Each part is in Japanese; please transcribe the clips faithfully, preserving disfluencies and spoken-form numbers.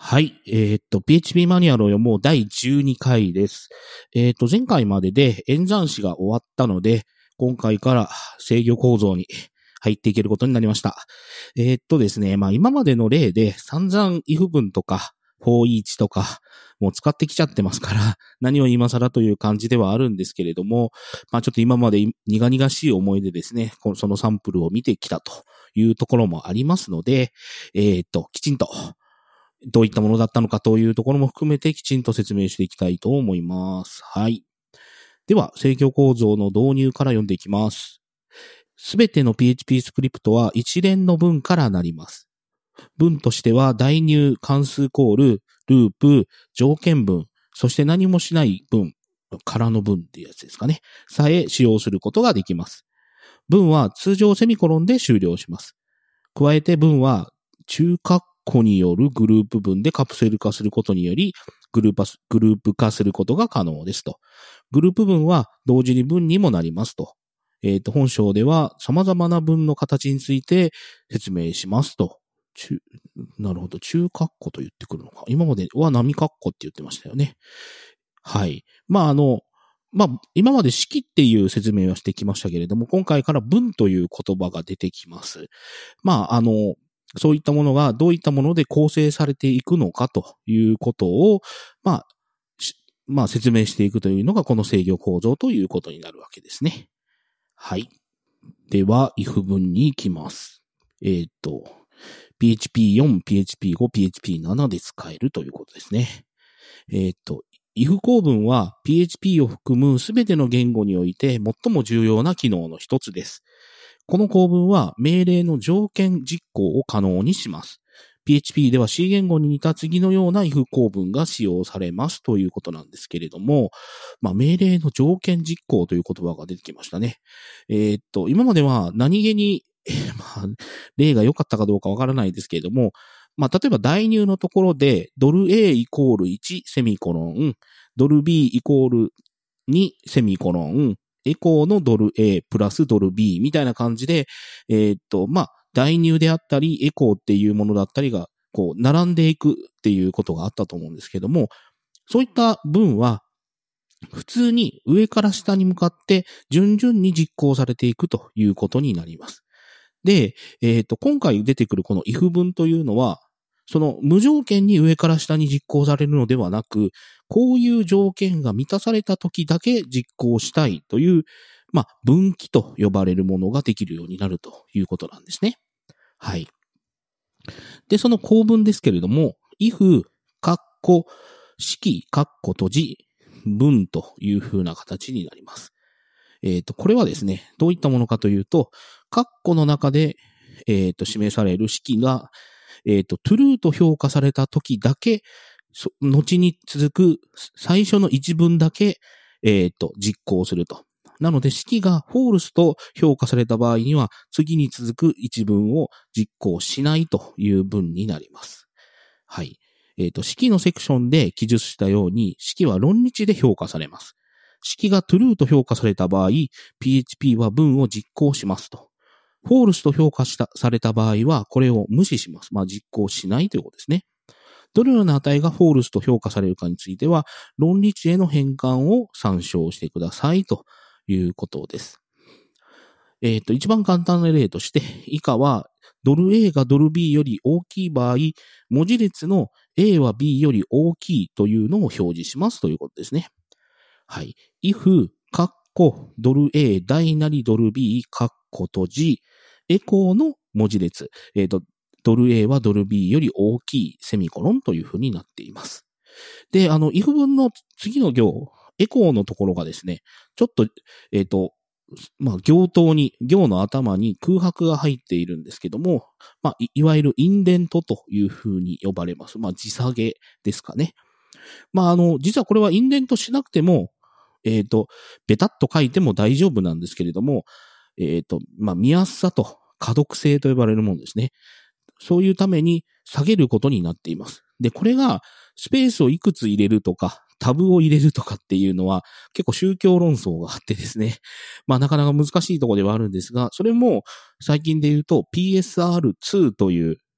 はい。えーっと、ピーエイチピー マニュアルを読もうだいじゅうにかいです。えーっと、前回までで演算子が終わったので、今回から制御構造に入っていけることになりました。えーっとですね、まあ今までの例で散々 if 文とか for each とかもう使ってきちゃってますから、何を今更という感じではあるんですけれども、まあちょっと今まで苦々しい思いでですね、そのサンプルを見てきたというところもありますので、えーっと、きちんとどういったものだったのかというところも含めてきちんと説明していきたいと思います。はい。では、制御構造の導入から読んでいきます。すべての ピーエイチピー スクリプトは一連の文からなります。文としては代入、関数コール、ループ、条件文、そして何もしない文、からの文っていうやつですかね。さえ使用することができます。文は通常セミコロンで終了します。加えて文は中括弧によるグループ文でカプセル化することによりグループ、グループ化することが可能ですと。グループ文は同時に文にもなりますと。えっと、本章では様々な文の形について説明しますと。中、なるほど。中括弧と言ってくるのか。今までは波括弧って言ってましたよね。はい。まあ、あの、まあ、今まで式っていう説明はしてきましたけれども、今回から文という言葉が出てきます。まあ、あの、そういったものがどういったもので構成されていくのかということを、まあ、まあ説明していくというのがこの制御構造ということになるわけですね。はい。では、if 文に行きます。えっと、ピーエイチピーフォー、ピーエイチピーファイブ、ピーエイチピーセブン で使えるということですね。えっと、if 構文は ピーエイチピー を含むすべての言語において最も重要な機能の一つです。この構文は命令の条件実行を可能にします。ピーエイチピー では C 言語に似た次のような if 構文が使用されますということなんですけれども、まあ、命令の条件実行という言葉が出てきましたね。えー、っと、今までは何気に、まあ、例が良かったかどうかわからないですけれども、まあ、例えば代入のところで、ドル A イコールいちセミコロン、ドル B イコールにセミコロン、エコーのドル A プラスドル B みたいな感じで、えー、っと、まあ、代入であったり、エコーっていうものだったりが、こう、並んでいくっていうことがあったと思うんですけども、そういった文は、普通に上から下に向かって順々に実行されていくということになります。で、えー、っと、今回出てくるこの if 文というのは、その無条件に上から下に実行されるのではなく、こういう条件が満たされた時だけ実行したいという、まあ、分岐と呼ばれるものができるようになるということなんですね。はい。で、その構文ですけれども、if、カッコ、式、カッコ閉じ、文という風な形になります。えっと、これはですね、どういったものかというと、カッコの中で、えっと、示される式が、えっと、true と評価された時だけ、後に続く最初の一文だけ、えっと、実行すると。なので、式が false と評価された場合には、次に続く一文を実行しないという文になります。はい。えっと、式のセクションで記述したように、式は論日で評価されます。式が true と評価された場合、ピーエイチピー は文を実行しますと。false と評価したされた場合は、これを無視します。まあ、実行しないということですね。どのような値が false と評価されるかについては、論理値への変換を参照してくださいということです。えっと、一番簡単な例として、以下は、ドル A がドル B より大きい場合、文字列の A は B より大きいというのを表示しますということですね。はい。if、カッコ、ドル A、大なりドル B、カッコ閉じ、エコーの文字列、えっと、ドル A はドル B より大きいセミコロンというふうになっています。で、あの、if 文の次の行、エコーのところがですね、ちょっと、えっと、まあ、行頭に、行の頭に空白が入っているんですけども、まあ、い, いわゆるインデントというふうに呼ばれます。まあ、字下げですかね。まあ、あの、実はこれはインデントしなくても、えっと、ベタッと書いても大丈夫なんですけれども、えっと、まあ、見やすさと可読性と呼ばれるものですね。そういうために下げることになっています。で、これがスペースをいくつ入れるとか、タブを入れるとかっていうのは結構宗教論争があってですね。まあなかなか難しいところではあるんですが、それも最近で言うと ピーエスアールツー という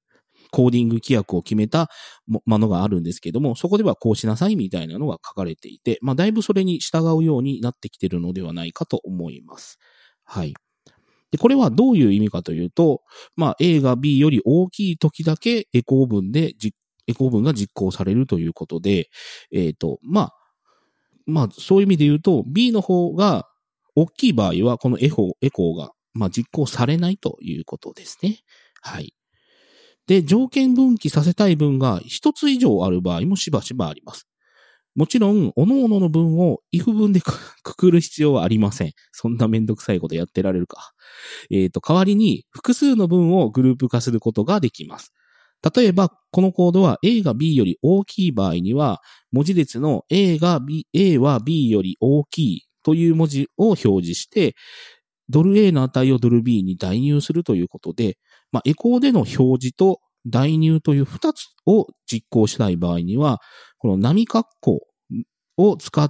コーディング規約を決めたものがあるんですけども、そこではこうしなさいみたいなのが書かれていて、まあ、だいぶそれに従うようになってきているのではないかと思います。はい。で、これはどういう意味かというと、まあ、A が B より大きい時だけエコー文で、エコー文が実行されるということで、えっと、まあ、まあ、そういう意味で言うと、B の方が大きい場合は、このエコー、エコーが、まあ、実行されないということですね。はい。で、条件分岐させたい文が一つ以上ある場合もしばしばあります。もちろん、各々の文を if 文でくくる必要はありません。そんなめんどくさいことやってられるか。えっと、代わりに複数の文をグループ化することができます。例えば、このコードは A が B より大きい場合には、文字列の A が B、A は B より大きいという文字を表示して、ドル A の値をドル B に代入するということで、まあ、エコーでの表示と代入という二つを実行したい場合には、この波括弧を使って、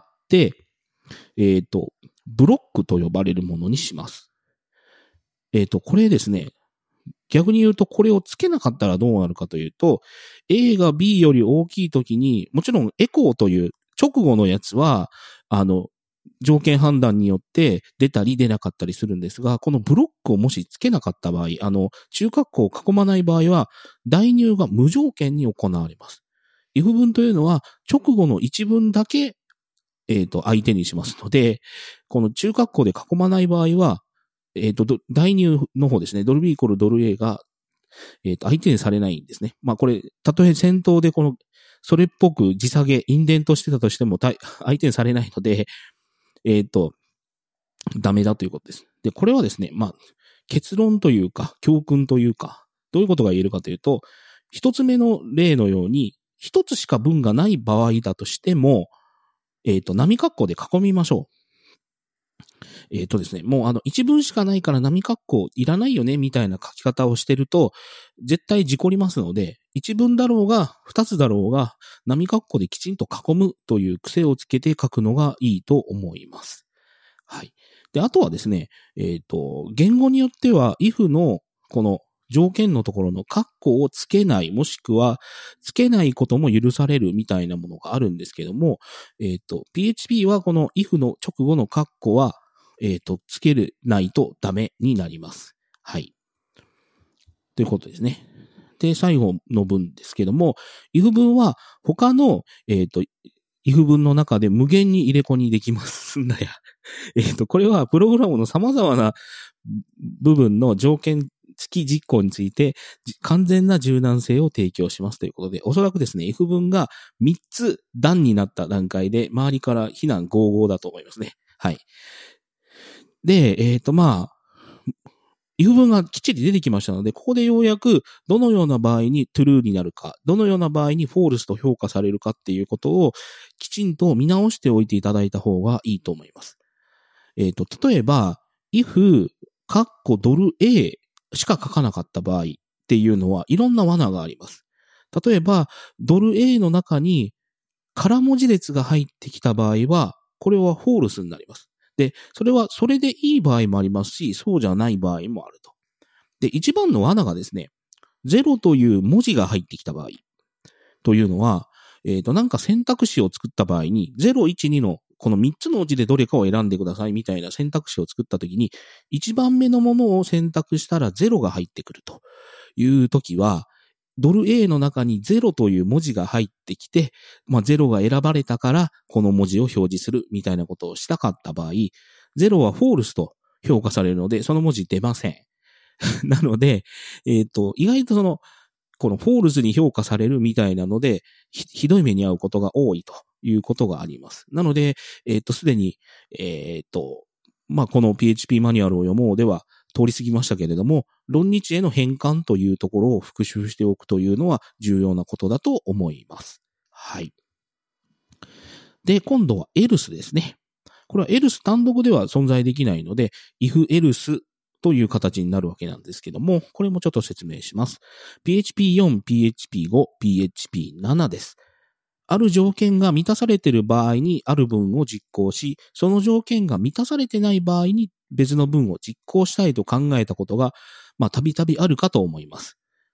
えっと、ブロックと呼ばれるものにします。えっと、これですね、逆に言うとこれをつけなかったらどうなるかというと、A が B より大きいときに、もちろんエコーという直後のやつは、あの、条件判断によって出たり出なかったりするんですが、このブロックをもしつけなかった場合、あの、中括弧を囲まない場合は、代入が無条件に行われます。if 文というのは、直後の一文だけ、えっと、相手にしますので、この中括弧で囲まない場合は、えっと、代入の方ですね、ドル B イコールドル A が、えっと、相手にされないんですね。まあ、これ、たとえ先頭でこの、それっぽく時下げ、インデントしてたとしても、相手にされないので、えっと、ダメだということです。で、これはですね、まあ、結論というか、教訓というか、どういうことが言えるかというと、一つ目の例のように、一つしか文がない場合だとしても、えっと、波括弧で囲みましょう。えっとですね、もうあの、一文しかないから波括弧いらないよね、みたいな書き方をしてると、絶対事故りますので、一文だろうが、二つだろうが、波括弧できちんと囲むという癖をつけて書くのがいいと思います。はい。で、あとはですね、えっと、言語によっては、if のこの条件のところの括弧をつけない、もしくはつけないことも許されるみたいなものがあるんですけども、えっと、ピーエイチピー はこの if の直後の括弧は、えっと、つけないとダメになります。はい。ということですね。で、最後の文ですけども、if 文は他の、えっと、if 文の中で無限に入れ子にできますんだや。えっと、これはプログラムの様々な部分の条件付き実行について完全な柔軟性を提供しますということで、おそらくですね、if 文がみっつ段になった段階で周りから非難合々だと思いますね。はい。で、えっと、まあ、if 文がきっちり出てきましたので、ここでようやくどのような場合に true になるか、どのような場合に false と評価されるかっていうことをきちんと見直しておいていただいた方がいいと思います。えっと、例えば、if、カッコドル A しか書かなかった場合っていうのはいろんな罠があります。例えば、ドル A の中に空文字列が入ってきた場合は、これは false になります。で、それはそれでいい場合もありますし、そうじゃない場合もあると。で、一番の罠がですね、ゼロという文字が入ってきた場合というのは、えっと、なんか選択肢を作った場合に、ゼロ、いち、にのこのみっつのうちでどれかを選んでくださいみたいな選択肢を作ったときに、いちばんめのものを選択したらゼロが入ってくるというときは、ドル A の中にゼロという文字が入ってきて、まあゼロが選ばれたからこの文字を表示するみたいなことをしたかった場合、ゼロはフォールスと評価されるので、その文字出ません。なので、えっと、意外とその、このフォールズに評価されるみたいなので、ひ、ひどい目に遭うことが多いということがあります。なので、えっと、すでに、えっと、まあ、この ピーエイチピー マニュアルを読もうでは通り過ぎましたけれども、論日への変換というところを復習しておくというのは重要なことだと思います。はい。で、今度は else ですね。これは else 単独では存在できないので、if elseという形になるわけなんですけども、これもちょっと説明します。ピーエイチピーフォー、ピーエイチピーファイブ、ピーエイチピーセブン です。ある条件が満たされている場合にある文を実行し、その条件が満たされてない場合に別の文を実行したいと考えたことが、まあ、たびたびあるかと思います。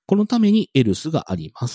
このために else があります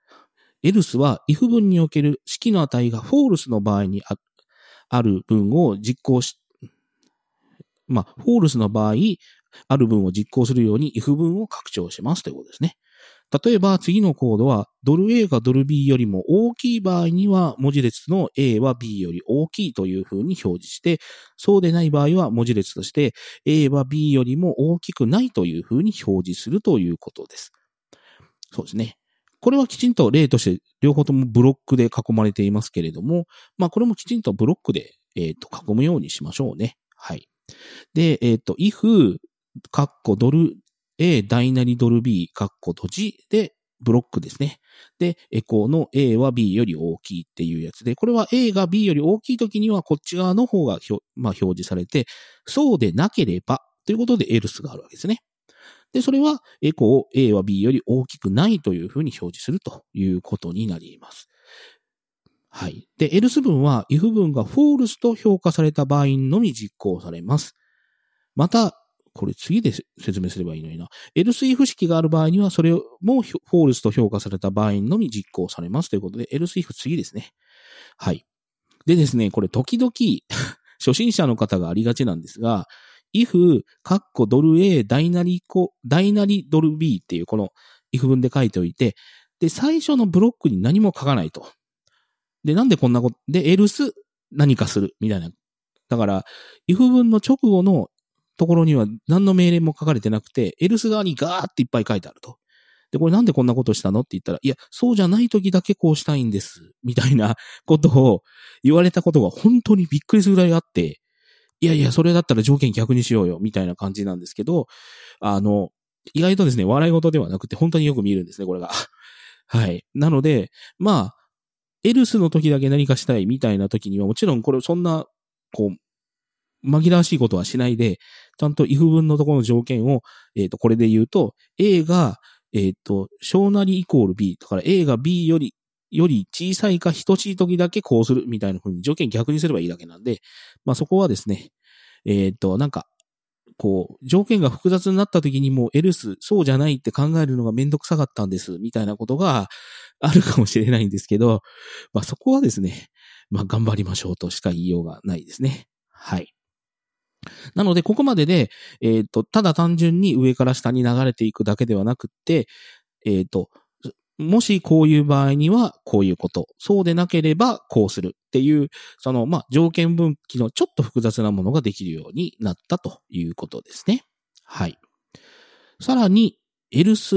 。else は if 文における式の値が false の場合に あ, ある文を実行し、まあ、false の場合、ある文を実行するように if 文を拡張しますということですね。例えば次のコードはドル A がドル B よりも大きい場合には文字列の A は B より大きいというふうに表示して、そうでない場合は文字列として A は B よりも大きくないというふうに表示するということです。そうですね。これはきちんと例として両方ともブロックで囲まれていますけれども、まあこれもきちんとブロックで、えっと囲むようにしましょうね。はい。で、えっと if カッコドル A 大なりドル B カッコ閉じでブロックですね。で、エコーの A は B より大きいっていうやつで、これは A が B より大きいときにはこっち側の方がひょ、まあ、表示されて、そうでなければということで else があるわけですね。で、それはエコー A は B より大きくないというふうに表示するということになります。はい。で、else 文は if 文が false と評価された場合のみ実行されます。また、これ次で説明すればいいのにな。else if 式がある場合には、それも false と評価された場合のみ実行されますということで、else if 次ですね。はい。でですね、これ時々、初心者の方がありがちなんですが、if、カッコドル A、大なりコ、大なりドル B っていうこの if 文で書いておいて、で、最初のブロックに何も書かないと。で、なんでこんなこと、で、else 何かする、みたいな。だから、if 文の直後のところには何の命令も書かれてなくて、else 側にガーっていっぱい書いてあると。で、これなんでこんなことしたのって言ったら、いや、そうじゃない時だけこうしたいんです。みたいなことを言われたことが本当にびっくりするぐらいあって、いやいや、それだったら条件逆にしようよ、みたいな感じなんですけど、あの、意外とですね、笑い事ではなくて本当によく見るんですね、これが。はい。なので、まあ、else の時だけ何かしたいみたいな時には、もちろんこれそんな、こう、紛らわしいことはしないで、ちゃんと if 文のところの条件を、えっと、これで言うと、A が、えっと、小なりイコール B。だから A が B より、より小さいか等しい時だけこうするみたいな風に条件逆にすればいいだけなんで、まあそこはですね、えっと、なんか、こう、条件が複雑になった時にも else そうじゃないって考えるのがめんどくさかったんです、みたいなことがあるかもしれないんですけど、まあそこはですね、まあ頑張りましょうとしか言いようがないですね。はい。なので、ここまでで、えっと、ただ単純に上から下に流れていくだけではなくって、えっと、もしこういう場合にはこういうこと、そうでなければこうするっていう、その、まあ、条件分岐のちょっと複雑なものができるようになったということですね。はい。さらに、else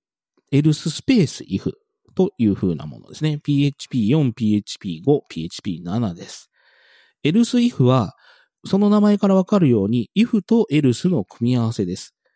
if、else スペース if という風なものですね。ピーエイチピーフォー、ピーエイチピーファイブ、ピーエイチピーセブン です。else if は、その名前からわかるように if と else の組み合わせです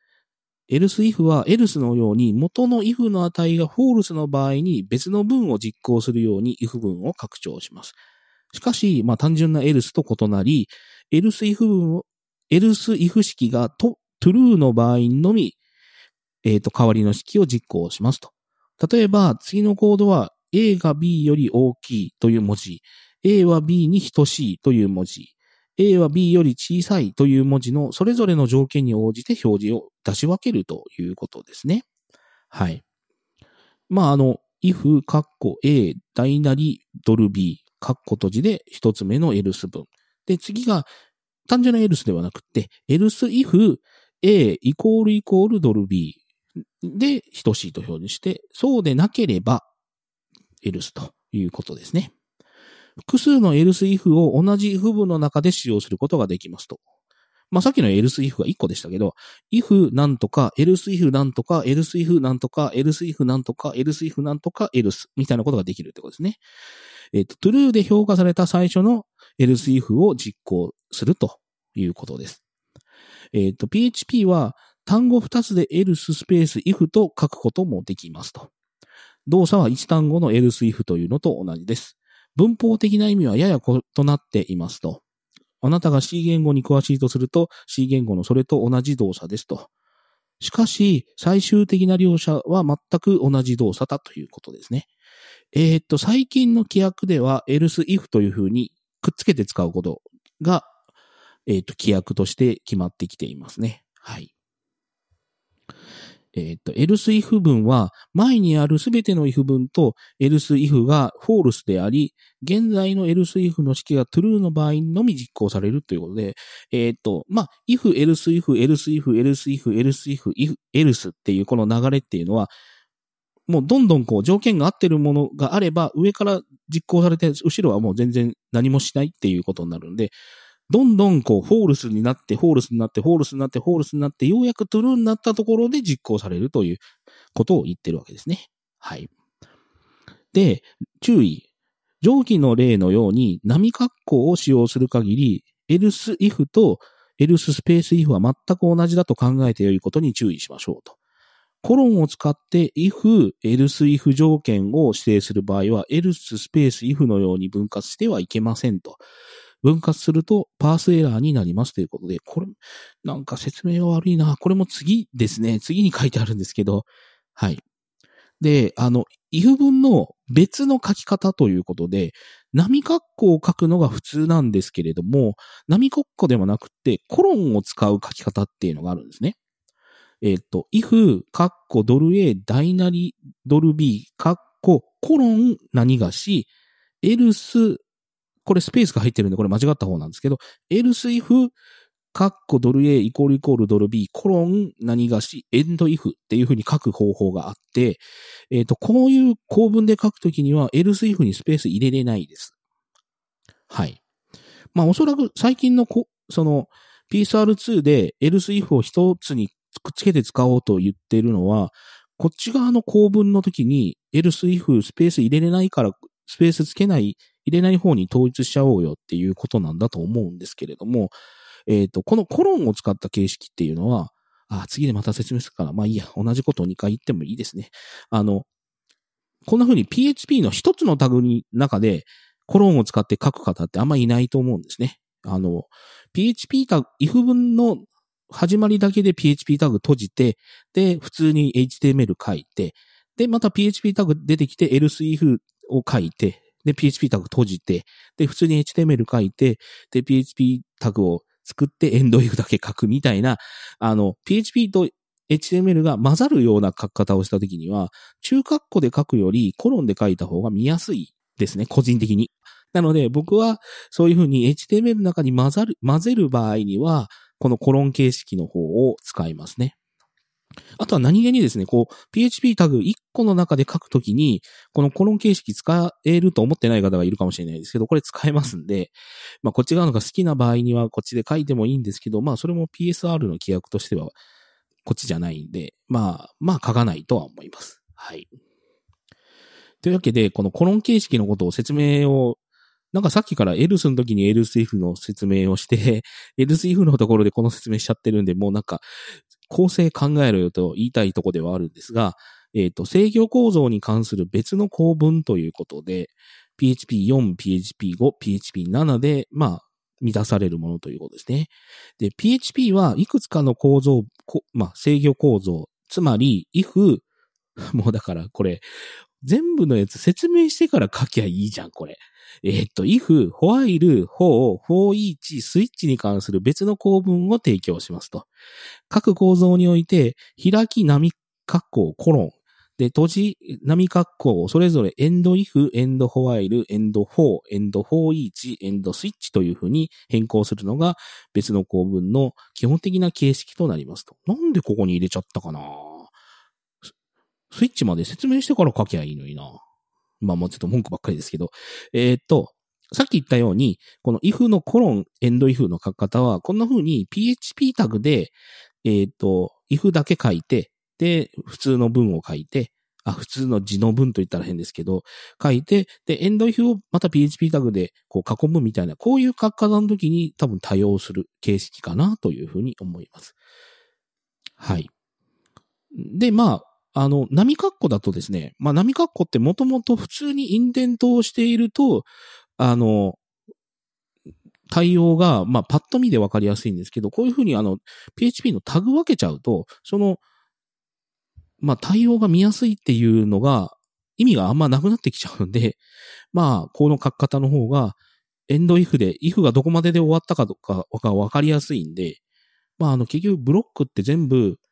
。else if は else のように元の if の値が false の場合に別の文を実行するように if 文を拡張します。しかし、まあ単純な else と異なり、else if 文を、else if 式がと true の場合のみ、えっと、代わりの式を実行しますと。例えば、次のコードは A が B より大きいという文字、A は B に等しいという文字、A は B より小さいという文字のそれぞれの条件に応じて表示を出し分けるということですね。はい。まあ、あの、if、カッコ A、大なり、ドル B、カッコ閉じで一つ目の else 文。で、次が単純な else ではなくて、else if A イコールイコールドル B で等しいと表示して、そうでなければ else ということですね。複数の else if を同じ if 文の中で使用することができますと。まあ、さっきの else if がいっこでしたけど、if なんとか、else if なんとか、else if なんとか、else if なんとか、else if なんとか、else みたいなことができるってことですね。えっと、true で評価された最初の else if を実行するということです。えっと、ピーエイチピー は単語ふたつで else スペース if と書くこともできますと。動作はいち単語の else if というのと同じです。文法的な意味はやや異なっていますと。あなたが C 言語に詳しいとすると C 言語のそれと同じ動作ですと。しかし、最終的な両者は全く同じ動作だということですね。えー、っと、最近の規約では else if というふうにくっつけて使うことが、えー、っと、規約として決まってきていますね。はい。 えっと、else if 文は前にあるすべての if 文と else if が false であり、現在の else if の式が true の場合のみ実行されるということで、えっと、まあ、if, else if, else if, else if, else if, if, else っていうこの流れっていうのは、もうどんどんこう条件が合ってるものがあれば上から実行されて、後ろはもう全然何もしないっていうことになるんで、どんどんこう、フォールスになって、フォールスになって、フォールスになって、フォールスになって、ようやくトゥルーになったところで実行されるということを言ってるわけですね。はい。で、注意。上記の例のように、波括弧を使用する限り、else if と else スペース if は全く同じだと考えて良いことに注意しましょうと。コロンを使って if, else if 条件を指定する場合は、else スペース if のように分割してはいけませんと。分割するとパースエラーになりますということで、これ、なんか説明が悪いな。これも次ですね。次に書いてあるんですけど、はい。で、あの、if 文の別の書き方ということで、波括弧を書くのが普通なんですけれども、波括弧ではなくて、コロンを使う書き方っていうのがあるんですね。えっと、if、括弧ドル A、大なりドル B、括弧コロン何がし、else、これスペースが入ってるんで、これ間違った方なんですけど、else if、カッコドル A イコールイコールドル B、コロン何がし、エンド if っていう風に書く方法があって、えっと、こういう構文で書くときには、else if にスペース入れれないです。はい。まあ、おそらく最近のこ、その、ピーエスアールツー で else if を一つにくっつけて使おうと言っているのは、こっち側の構文の時に else if スペース入れれないからスペースつけない、入れない方に統一しちゃおうよっていうことなんだと思うんですけれども、えっと、このコロンを使った形式っていうのは、あ、次でまた説明するから、まあいいや、同じことをにかい言ってもいいですね。あの、こんな風に ピーエイチピー の一つのタグに中でコロンを使って書く方ってあんまいないと思うんですね。あの、ピーエイチピー タグ、if 文の始まりだけで ピーエイチピー タグ閉じて、で、普通に エイチティーエムエル 書いて、で、また ピーエイチピー タグ出てきて else if を書いて、で、ピーエイチピー タグ閉じて、で、普通に エイチティーエムエル 書いて、で、ピーエイチピー タグを作ってエンド if だけ書くみたいな、あの、ピーエイチピー と エイチティーエムエル が混ざるような書き方をしたときには、中括弧で書くよりコロンで書いた方が見やすいですね、個人的に。なので、僕はそういうふうに エイチティーエムエル の中に混ざる、混ぜる場合には、このコロン形式の方を使いますね。あとは何気にですね、こう、ピーエイチピー タグいっこの中で書くときに、このコロン形式使えると思ってない方がいるかもしれないですけど、これ使えますんで、まあこっち側のが好きな場合にはこっちで書いてもいいんですけど、まあそれも ピーエスアール の規約としてはこっちじゃないんで、まあ、まあ書かないとは思います。はい。というわけで、このコロン形式のことを説明をなんかさっきから else の時に else if の説明をして、else if のところでこの説明しちゃってるんで、もうなんか、構成考えろよと言いたいところではあるんですが、えっと、制御構造に関する別の構文ということで、ピーエイチピーフォー、ピーエイチピーファイブ、ピーエイチピーセブン で、まあ、満たされるものということですね。で、ピーエイチピー はいくつかの構造、まあ、制御構造、つまり、if、もうだからこれ、全部のやつ説明してから書きゃいいじゃん、これ。えっと、if、while、for、for each、スイッチに関する別の構文を提供しますと。各構造において、開き、波、括弧、コロン。で、閉じ、波、括弧をそれぞれ end if、end while、end for、end for each、end switch というふうに変更するのが別の構文の基本的な形式となりますと。なんでここに入れちゃったかな？スイッチまで説明してから書きゃいいのにな。まあもうちょっと文句ばっかりですけど。えー、っと、さっき言ったように、この if のコロン、エンド if の書き方は、こんな風に ピーエイチピー タグで、えー、っと、if だけ書いて、で、普通の文を書いて、あ、普通の字の文と言ったら変ですけど、書いて、で、エンド if をまた ピーエイチピー タグでこう囲むみたいな、こういう書き方の時に多分多用する形式かなという風に思います。はい。で、まあ、あの、波括弧だとですね、まあ波括弧ってもともと普通にインデントをしていると、あの、対応が、まあパッと見でわかりやすいんですけど、こういうふうにあの、ピーエイチピー のタグ分けちゃうと、その、まあ対応が見やすいっていうのが、意味があんまなくなってきちゃうんで、まあ、この書き方の方が、エンド if で、if がどこまでで終わったかとかがわかりやすいんで、まああの、結局ブロックって全部、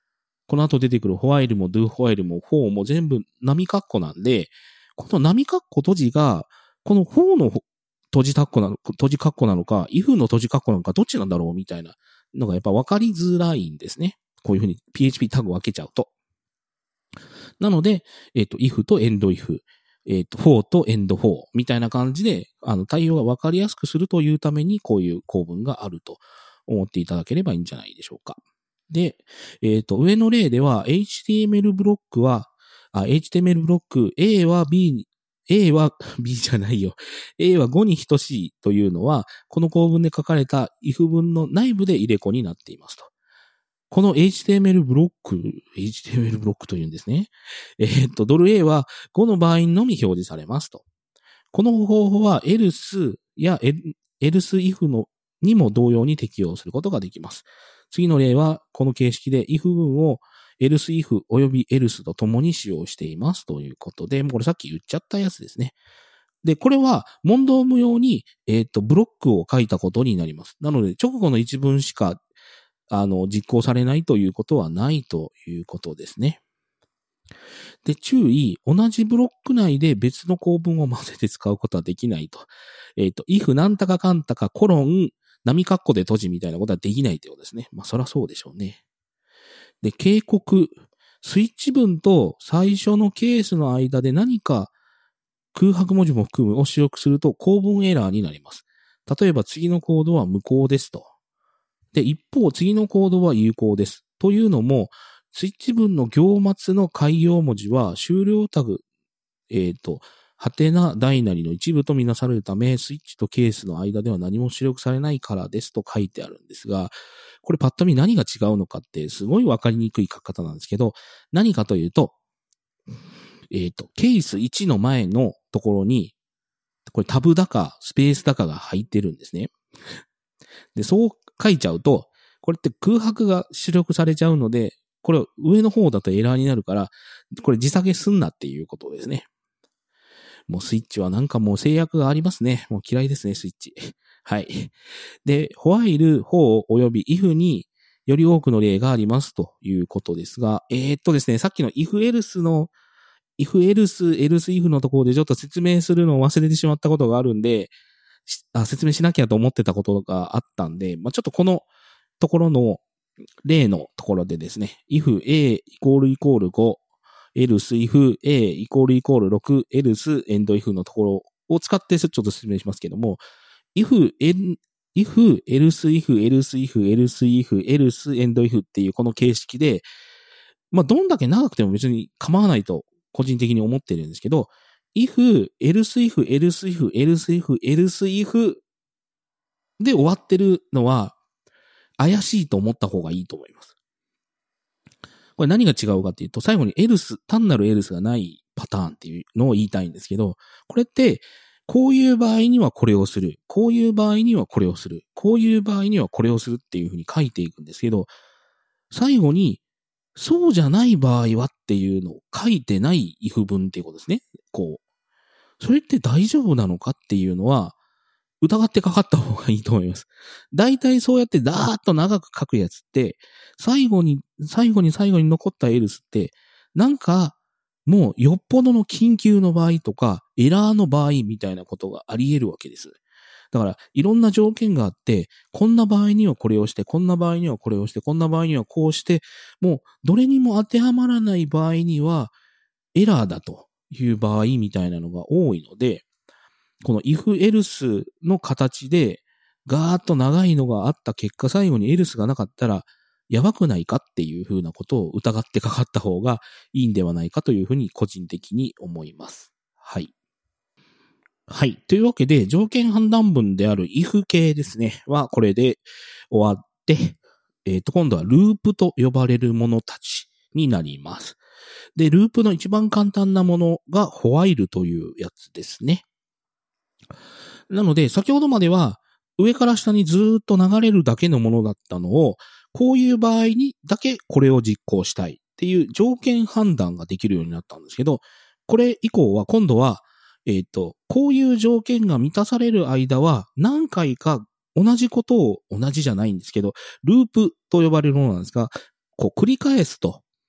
この後出てくるホワイルも do ホワイルも for も全部波括弧なんで、この波括弧閉じが、この for の閉じ括弧なの、閉じ括弧なのか、if の閉じ括弧なのか、どっちなんだろうみたいなのがやっぱ分かりづらいんですね。こういうふうに ピーエイチピー タグを分けちゃうと。なので、えっと、if と end if、えっと、for と end for みたいな感じで、あの、対応が分かりやすくするというために、こういう構文があると思っていただければいいんじゃないでしょうか。で、えっと、上の例では、エイチティーエムエル ブロックは、あ、エイチティーエムエル ブロック A は B に、A は B じゃないよ。A はごに等しいというのは、この構文で書かれた if 文の内部で入れ子になっていますと。この エイチティーエムエル ブロック、エイチティーエムエル ブロックというんですね。えー、っと、ドル A はごの場合のみ表示されますと。この方法は else や else if のにも同様に適用することができます。次の例は、この形式で if 文を else if および else と共に使用していますということで、もうこれさっき言っちゃったやつですね。で、これは問答無用に、えっと、ブロックを書いたことになります。なので、直後の一文しかあの、実行されないということはないということですね。で、注意、同じブロック内で別の構文を混ぜて使うことはできないと。えっと、if なんたかかんたかコロン、波括弧で閉じみたいなことはできないということですね。まあ、そらそうでしょうね。で、警告、スイッチ文と最初のケースの間で何か空白文字も含むを出力すると構文エラーになります。例えば次のコードは無効ですと。で、一方、次のコードは有効です。というのも、スイッチ文の行末の改行文字は終了タグ、えっと、はてな大なりの一部とみなされるため、スイッチとケースの間では何も出力されないからですと書いてあるんですが、これパッと見何が違うのかってすごいわかりにくい書き方なんですけど、何かというと、えっと、ケースいちの前のところに、これタブだかスペースだかが入ってるんですね。で、そう書いちゃうと、これって空白が出力されちゃうので、これ上の方だとエラーになるから、これ時下げすんなっていうことですね。もうスイッチはなんかもう制約がありますね。もう嫌いですね、スイッチ。はい。で、ホワイル、for および if により多くの例がありますということですが、えー、っとですね、さっきの if else の if else, else if のところでちょっと説明するのを忘れてしまったことがあるんで、あ説明しなきゃと思ってたことがあったんで、まあ、ちょっとこのところの例のところでですね、if a イコールイコールご、else if a イコールイコールろく、else end if のところを使ってちょっと説明しますけども、if, if, else if, else if, else if, else end if っていうこの形式で、まあ、どんだけ長くても別に構わないと個人的に思ってるんですけど、if, else if, else if, else if, else if で終わってるのは怪しいと思った方がいいと思います。これ何が違うかっていうと、最後に else、単なる else がないパターンっていうのを言いたいんですけど、これって、こういう場合にはこれをする。こういう場合にはこれをする。こういう場合にはこれをするっていうふうに書いていくんですけど、最後に、そうじゃない場合はっていうのを書いてない if 文っていうことですね。こう。それって大丈夫なのかっていうのは、疑ってかかった方がいいと思います。大体そうやってダーッと長く書くやつって、最後に、最後に最後に残った else って、なんか、もうよっぽどの緊急の場合とか、エラーの場合みたいなことがあり得るわけです。だから、いろんな条件があって、こんな場合にはこれをして、こんな場合にはこれをして、こんな場合にはこうして、もうどれにも当てはまらない場合には、エラーだという場合みたいなのが多いので、この if else の形で、ガーッと長いのがあった結果、最後に else がなかったら、やばくないかっていうふうなことを疑ってかかった方がいいんではないかというふうに個人的に思います。はい。はい。というわけで、条件判断文である if 形ですね。は、これで終わって、えっと、今度はループと呼ばれるものたちになります。で、ループの一番簡単なものがホワイルというやつですね。なので、先ほどまでは上から下にずーっと流れるだけのものだったのを、こういう場合にだけこれを実行したいっていう条件判断ができるようになったんですけど、これ以降は今度は、えっと、こういう条件が満たされる間は何回か同じことを、同じじゃないんですけど、ループと呼ばれるものなんですが、こう繰り返すと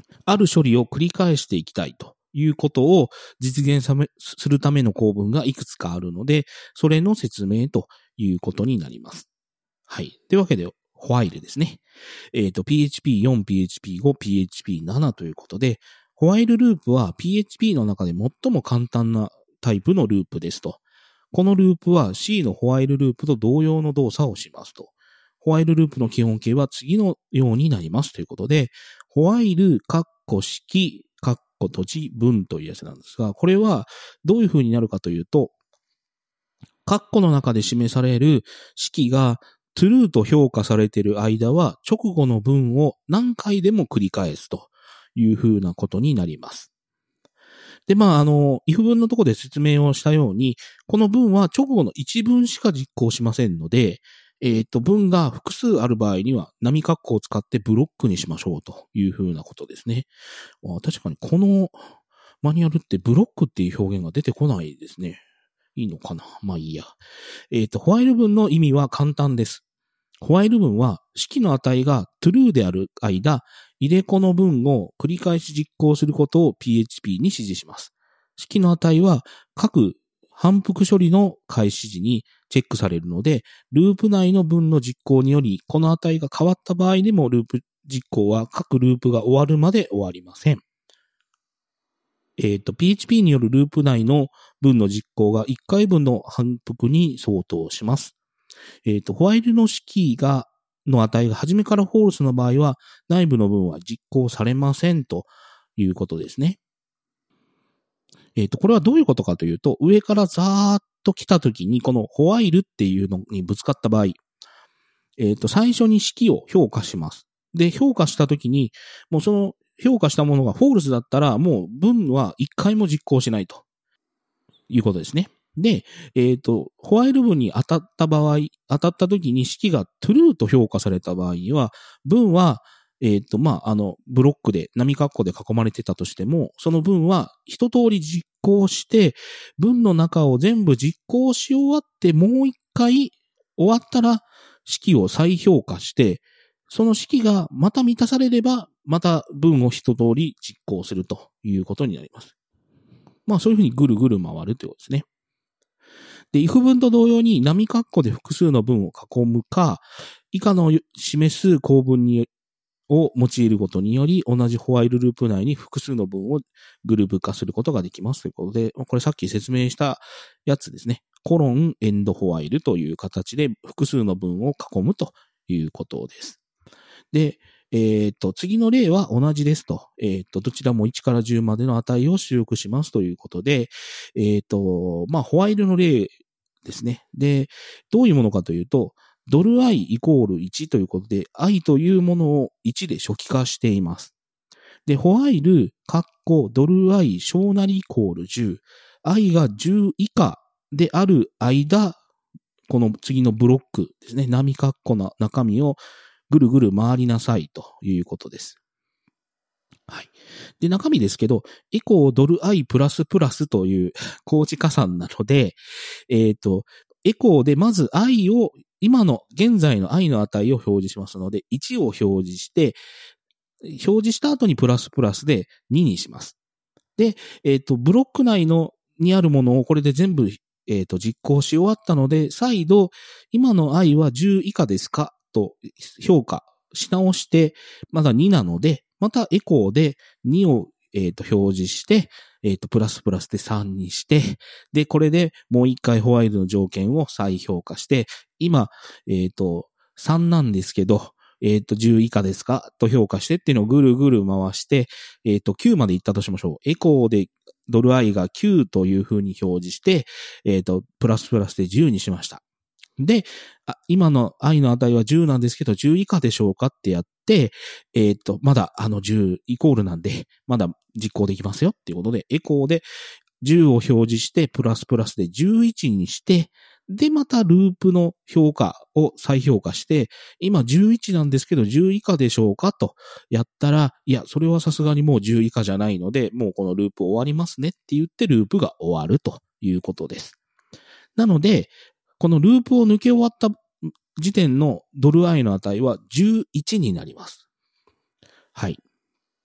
ある処理を繰り返していきたいということを実現するための構文がいくつかあるので、それの説明ということになります。はい。というわけで、ホワイルですね。えっと、ピーエイチピーフォー、ピーエイチピーファイブ、ピーエイチピーセブン ということで、ホワイルループは ピーエイチピー の中で最も簡単なタイプのループですと。このループは C のホワイルループと同様の動作をしますと。ホワイルループの基本形は次のようになりますということで、ホワイル、カッコ式、カッコ閉じ、文というやつなんですが、これはどういう風になるかというと、カッコの中で示される式が true と評価されている間は直後の文を何回でも繰り返すという風なことになります。で、まあ、あの、if 文のところで説明をしたように、この文は直後の一文しか実行しませんので、えっと、文が複数ある場合には、波括弧を使ってブロックにしましょうというふうなことですね。確かにこのマニュアルってブロックっていう表現が出てこないですね。いいのかな？まあいいや。えっと、ホワイル文の意味は簡単です。ホワイル文は式の値が true である間、入れ子の文を繰り返し実行することを ピーエイチピー に指示します。式の値は各反復処理の開始時にチェックされるので、ループ内の文の実行により、この値が変わった場合でもループ実行は各ループが終わるまで終わりません。えっと、ピーエイチピー によるループ内の文の実行がいっかいぶんの反復に相当します。えっと、ホワイルの式が、の値が初めからフォールスの場合は、内部の文は実行されませんということですね。えっと、これはどういうことかというと、上からザーッと来たときに、このホワイルっていうのにぶつかった場合、えっと、最初に式を評価します。で、評価したときに、もうその評価したものがフォールスだったら、もう文は一回も実行しないということですね。で、えっと、ホワイル文に当たった場合、当たったときに式が true と評価された場合には、文は、えっと、まあ、あの、ブロックで、波括弧で囲まれてたとしても、その文は一通り実行して、文の中を全部実行し終わって、もう一回終わったら、式を再評価して、その式がまた満たされれば、また文を一通り実行するということになります。まあ、そういうふうにぐるぐる回るということですね。で、if 文と同様に波括弧で複数の文を囲むか、以下の示す構文にを用いることにより、同じホワイルループ内に複数の文をグループ化することができますということで、これさっき説明したやつですね。コロン、エンドホワイルという形で複数の文を囲むということです。で、えっと、次の例は同じですと。えっと、どちらもいちからじゅうまでの値を出力しますということで、えっと、まあ、ホワイルの例ですね。で、どういうものかというと、ドル i イコールいちということで、i というものをいちで初期化しています。で、ホワイル、カッコ、ドル i 小なりイコールじゅう。i がじゅう以下である間、この次のブロックですね。波カッコの中身をぐるぐる回りなさいということです。はい。で、中身ですけど、エコードル i プラスプラスという高値加算なので、えっと、エコーでまず i を、今の、現在の i の値を表示しますので、いちを表示して、表示した後にプラスプラスでににします。で、えっと、ブロック内の、にあるものをこれで全部、えっと、実行し終わったので、再度、今の i はじゅう以下ですかと評価し直して、まだになので、またエコーでにを、えっと、表示して、えっと、プラスプラスでさんにして、で、これでもう一回ホワイルの条件を再評価して、今、えっと、さんなんですけど、えっと、じゅう以下ですかと評価してっていうのをぐるぐる回して、えっと、きゅうまでいったとしましょう。エコーでドル i がきゅうという風に表示して、えっと、プラスプラスでじゅうにしました。で、あ今の i の値はじゅうなんですけど、じゅう以下でしょうかってやって、えっと、まだあのじゅうイコールなんで、まだ実行できますよっていうことで、エコーでじゅうを表示して、プラスプラスでじゅういちにして、で、またループの評価を再評価して、今じゅういちなんですけど、じゅう以下でしょうかとやったら、いや、それはさすがにもうじゅう以下じゃないので、もうこのループ終わりますねって言ってループが終わるということです。なので、このループを抜け終わった時点のドル i の値はじゅういちになります。はい。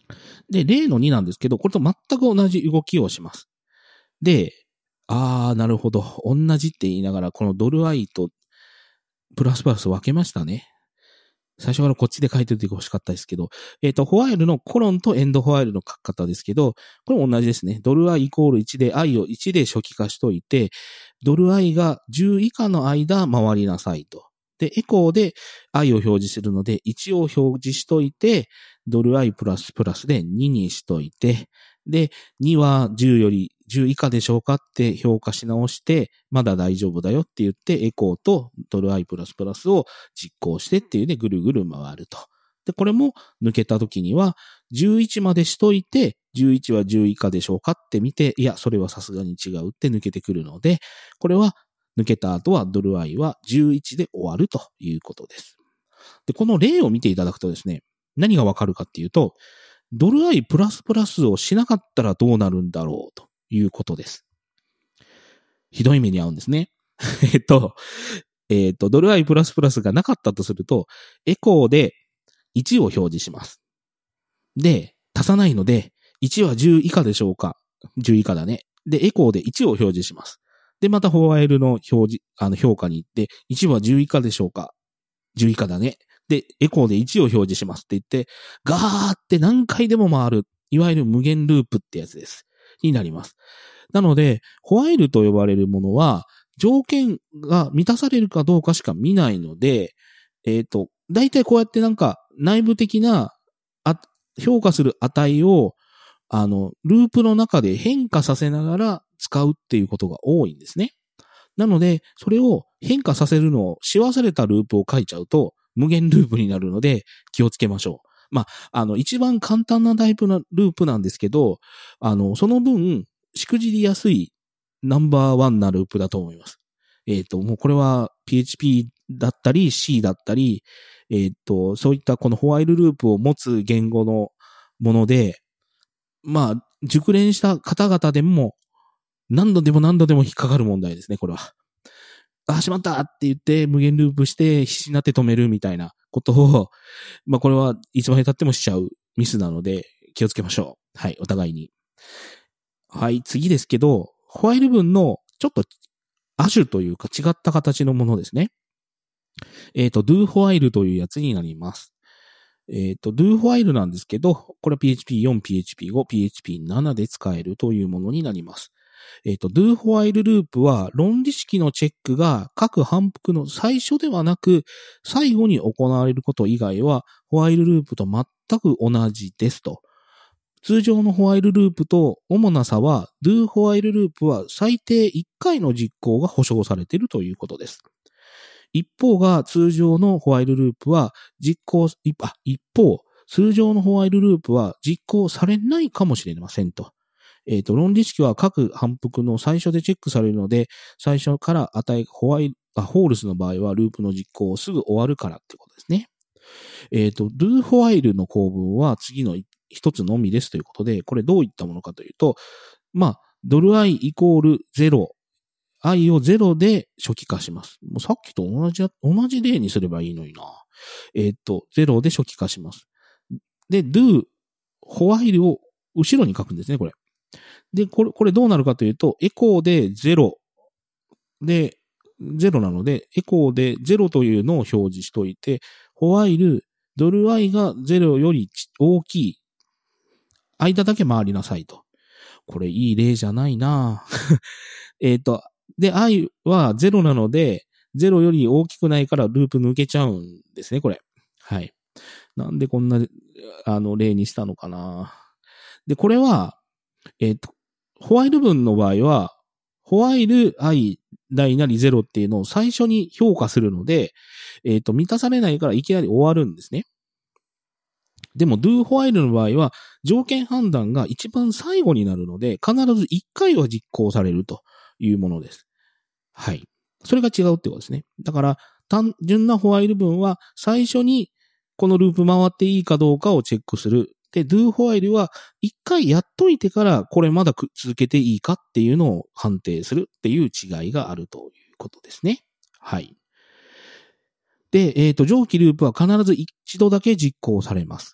で、例のになんですけど、これと全く同じ動きをします。で、あー、なるほど。同じって言いながら、このドル i とプラスプラス分けましたね。最初からこっちで書いておいてほしかったですけど、えっと、ホワイルのコロンとエンドホワイルの書き方ですけど、これも同じですね。ドル i イコールいちで i をいちで初期化しといて、ドル i がじゅう以下の間回りなさいと。で、エコーで i を表示するので、いちを表示しといて、ドル i プラスプラスでににしといて、で、にはじゅうよりじゅう以下でしょうかって評価し直して、まだ大丈夫だよって言って、エコーとドル i プラスプラスを実行してっていうでぐるぐる回ると。で、これも抜けた時には、じゅういちまでしといて、じゅういちはじゅう以下でしょうかって見て、いや、それはさすがに違うって抜けてくるので、これは抜けた後はドル i はじゅういちで終わるということです。で、この例を見ていただくとですね、何がわかるかっていうと、ドル i プラスプラスをしなかったらどうなるんだろうということです。ひどい目に遭うんですね。えっと、えっと、ドル i プラスプラスがなかったとすると、エコーでいちを表示します。で、足さないので、いちはじゅう以下でしょうか？ じゅう 以下だね。で、エコーでいちを表示します。で、またホワイルの表示、あの評価に行って、いちはじゅう以下でしょうか？ じゅう 以下だね。で、エコーでいちを表示しますって言って、ガーって何回でも回る、いわゆる無限ループってやつです。になります。なので、ホワイルと呼ばれるものは、条件が満たされるかどうかしか見ないので、えっと、大体こうやってなんか内部的なあ評価する値を、あの、ループの中で変化させながら使うっていうことが多いんですね。なので、それを変化させるのをし忘れたループを書いちゃうと、無限ループになるので気をつけましょう。まあ、あの、一番簡単なタイプのループなんですけど、あの、その分、しくじりやすいナンバーワンなループだと思います。えっと、もうこれは ピーエイチピー だったり C だったり、えっと、そういったこのホワイルループを持つ言語のもので、まあ、熟練した方々でも何度でも何度でも引っかかる問題ですね、これは。あ、しまったって言って無限ループして必死になって止めるみたいなことを、まあこれはいつまで経ってもしちゃうミスなので気をつけましょう。はい、お互いに。はい、次ですけど、ホワイル文のちょっと亜種というか違った形のものですね。えっと、do ホワイルというやつになります。えっと、do ホワイルなんですけど、これは ピーエイチピーフォー、ピーエイチピーファイブ、ピーエイチピーセブン で使えるというものになります。えっと、do ホワイルループは論理式のチェックが各反復の最初ではなく最後に行われること以外はホワイルループと全く同じですと。通常のホワイルループと主な差は do ホワイルループは最低いっかいの実行が保証されているということです。一方が通常のホワイルループは実行、あ、一方、通常のホワイルループは実行されないかもしれませんと。えっと、論理式は各反復の最初でチェックされるので、最初から値がホワイル、あ、ホールスの場合はループの実行をすぐ終わるからってことですね。えっと、do ホワイルの構文は次の一つのみですということで、これどういったものかというと、まあ、ドル i イコールゼロ、i をゼロで初期化します。もうさっきと同じ、同じ例にすればいいのにな。えっと、ゼロで初期化します。で、do ホワイルを後ろに書くんですね、これ。で、これ、これどうなるかというと、エコーでゼロで、ゼロなので、エコーでゼロというのを表示しといて、ホワイル、ドル i がゼロより大きい、間だけ回りなさいと。これいい例じゃないなえっと、で、i はゼロなので、ゼロより大きくないからループ抜けちゃうんですね、これ。はい。なんでこんな、あの、例にしたのかな。で、これは、えっと、ホワイル文の場合は、ホワイル i 大なりゼロっていうのを最初に評価するので、えっと、満たされないからいきなり終わるんですね。でも do ホワイルの場合は、条件判断が一番最後になるので、必ずいっかいは実行されるというものです。はい。それが違うってことですね。だから、単純なホワイル文は、最初にこのループ回っていいかどうかをチェックする。で、do ホワイルは一回やっといてからこれまだ続けていいかっていうのを判定するっていう違いがあるということですね。はい。で、えっと、上記ループは必ず一度だけ実行されます。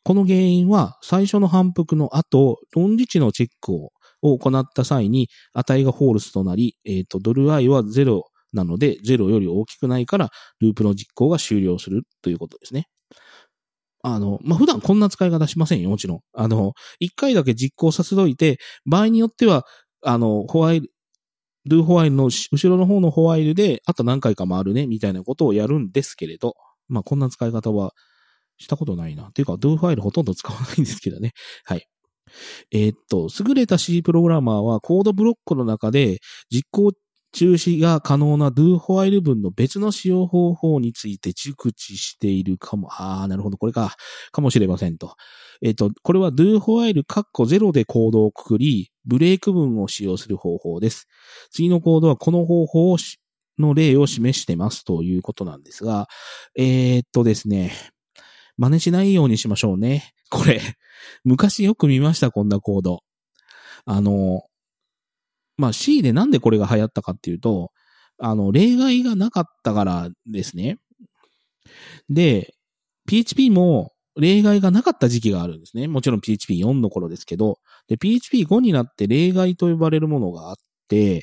この原因は最初の反復の後、論理値のチェックをを行った際に値がフォールスとなり、えっと、ドル i はゼロなので、ゼロより大きくないから、ループの実行が終了するということですね。あの、まあ、普段こんな使い方しませんよ、もちろん。あの、一回だけ実行させといて、場合によっては、あの、ホワイル、do ホワイルの後ろの方のホワイルで、あと何回か回るね、みたいなことをやるんですけれど、まあ、こんな使い方はしたことないな。っていうか、do ホワイルほとんど使わないんですけどね。はい。えー、っと、優れた C プログラマーはコードブロックの中で実行中止が可能な do while 文の別の使用方法について熟知しているかも。ああ、なるほど、これか。かもしれませんと。えー、っと、これは do while カッコゼロでコードをくくり、ブレイク文を使用する方法です。次のコードはこの方法をの例を示してますということなんですが、えー、っとですね、真似しないようにしましょうね。これ。昔よく見ました、こんなコード。あの、まあ、C でなんでこれが流行ったかっていうと、あの、例外がなかったからですね。で、ピーエイチピー も例外がなかった時期があるんですね。もちろん ピーエイチピーフォー の頃ですけど、で、ピーエイチピーファイブ になって例外と呼ばれるものがあって、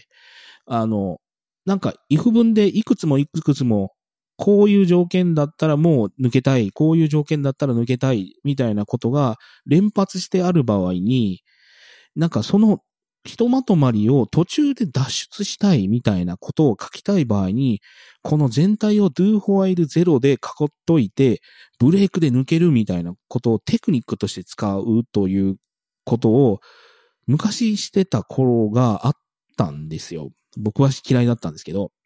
あの、なんか、if 文でいくつもいくつもこういう条件だったらもう抜けたい、こういう条件だったら抜けたい、みたいなことが連発してある場合に、なんかそのひとまとまりを途中で脱出したいみたいなことを書きたい場合に、この全体を do while ゼロで囲っといて、ブレイクで抜けるみたいなことをテクニックとして使うということを昔してた頃があったんですよ。僕は嫌いだったんですけど。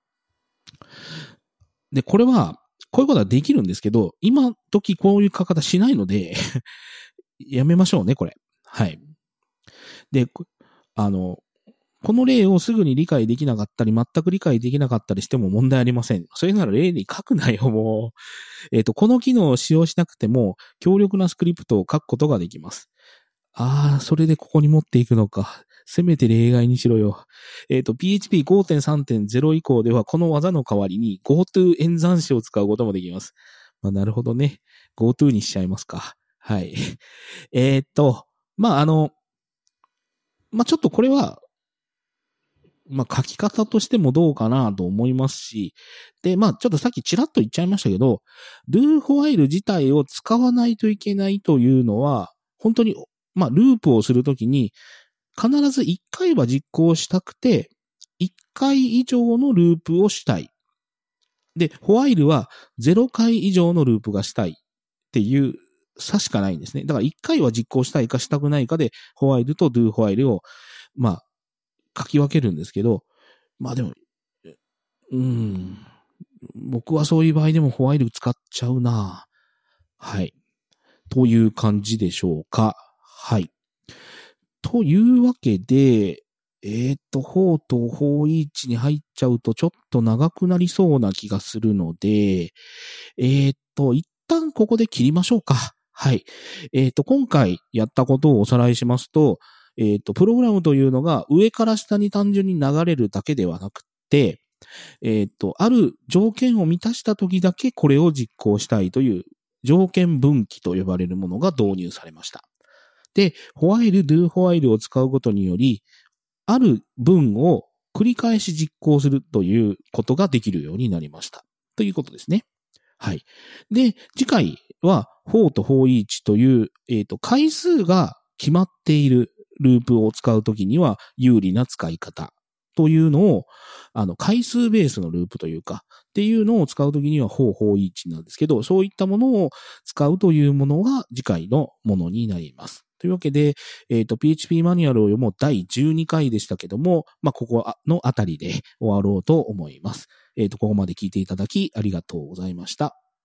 で、これは、こういうことはできるんですけど、今時こういう書き方しないので、やめましょうね、これ。はい。で、あの、この例をすぐに理解できなかったり、全く理解できなかったりしても問題ありません。それなら例に書くなよ、もう。えっと、この機能を使用しなくても、強力なスクリプトを書くことができます。ああ、それでここに持っていくのか。せめて例外にしろよ。えっと、ピーエイチピーファイブてんさんてんゼロ 以降では、この技の代わりに GoTo 演算子を使うこともできます。まあ、なるほどね。GoTo にしちゃいますか。はい。えっと、まあ、あの、まあ、ちょっとこれは、まあ、書き方としてもどうかなと思いますし、で、まあ、ちょっとさっきちらっと言っちゃいましたけど、do while 自体を使わないといけないというのは、本当に、まあ、ループをするときに、必ずいっかいは実行したくて、いっかい以上のループをしたい。で、while はゼロかい以上のループがしたいっていう差しかないんですね。だからいっかいは実行したいかしたくないかで、while と do while を、まあ、書き分けるんですけど、まあでも、うーん、僕はそういう場合でもホワイル使っちゃうな。はい。という感じでしょうか。はい。というわけで、えっと、フォーとフォーイーチに入っちゃうとちょっと長くなりそうな気がするので、えっと、一旦ここで切りましょうか。はい。えっと、今回やったことをおさらいしますと、えっと、プログラムというのが上から下に単純に流れるだけではなくて、えっと、ある条件を満たした時だけこれを実行したいという条件分岐と呼ばれるものが導入されました。で、while, do while を使うことにより、ある文を繰り返し実行するということができるようになりました。ということですね。はい。で、次回はフォーとフォーイーチという、えっと、回数が決まっているループを使うときには有利な使い方というのを、あの、回数ベースのループというか、っていうのを使うときにはフォー、フォーイーチなんですけど、そういったものを使うというものが次回のものになります。というわけで、えっと、ピーエイチピー マニュアルを読もうだいじゅうにかいでしたけども、まあ、ここのあたりで終わろうと思います。えっと、ここまで聞いていただきありがとうございました。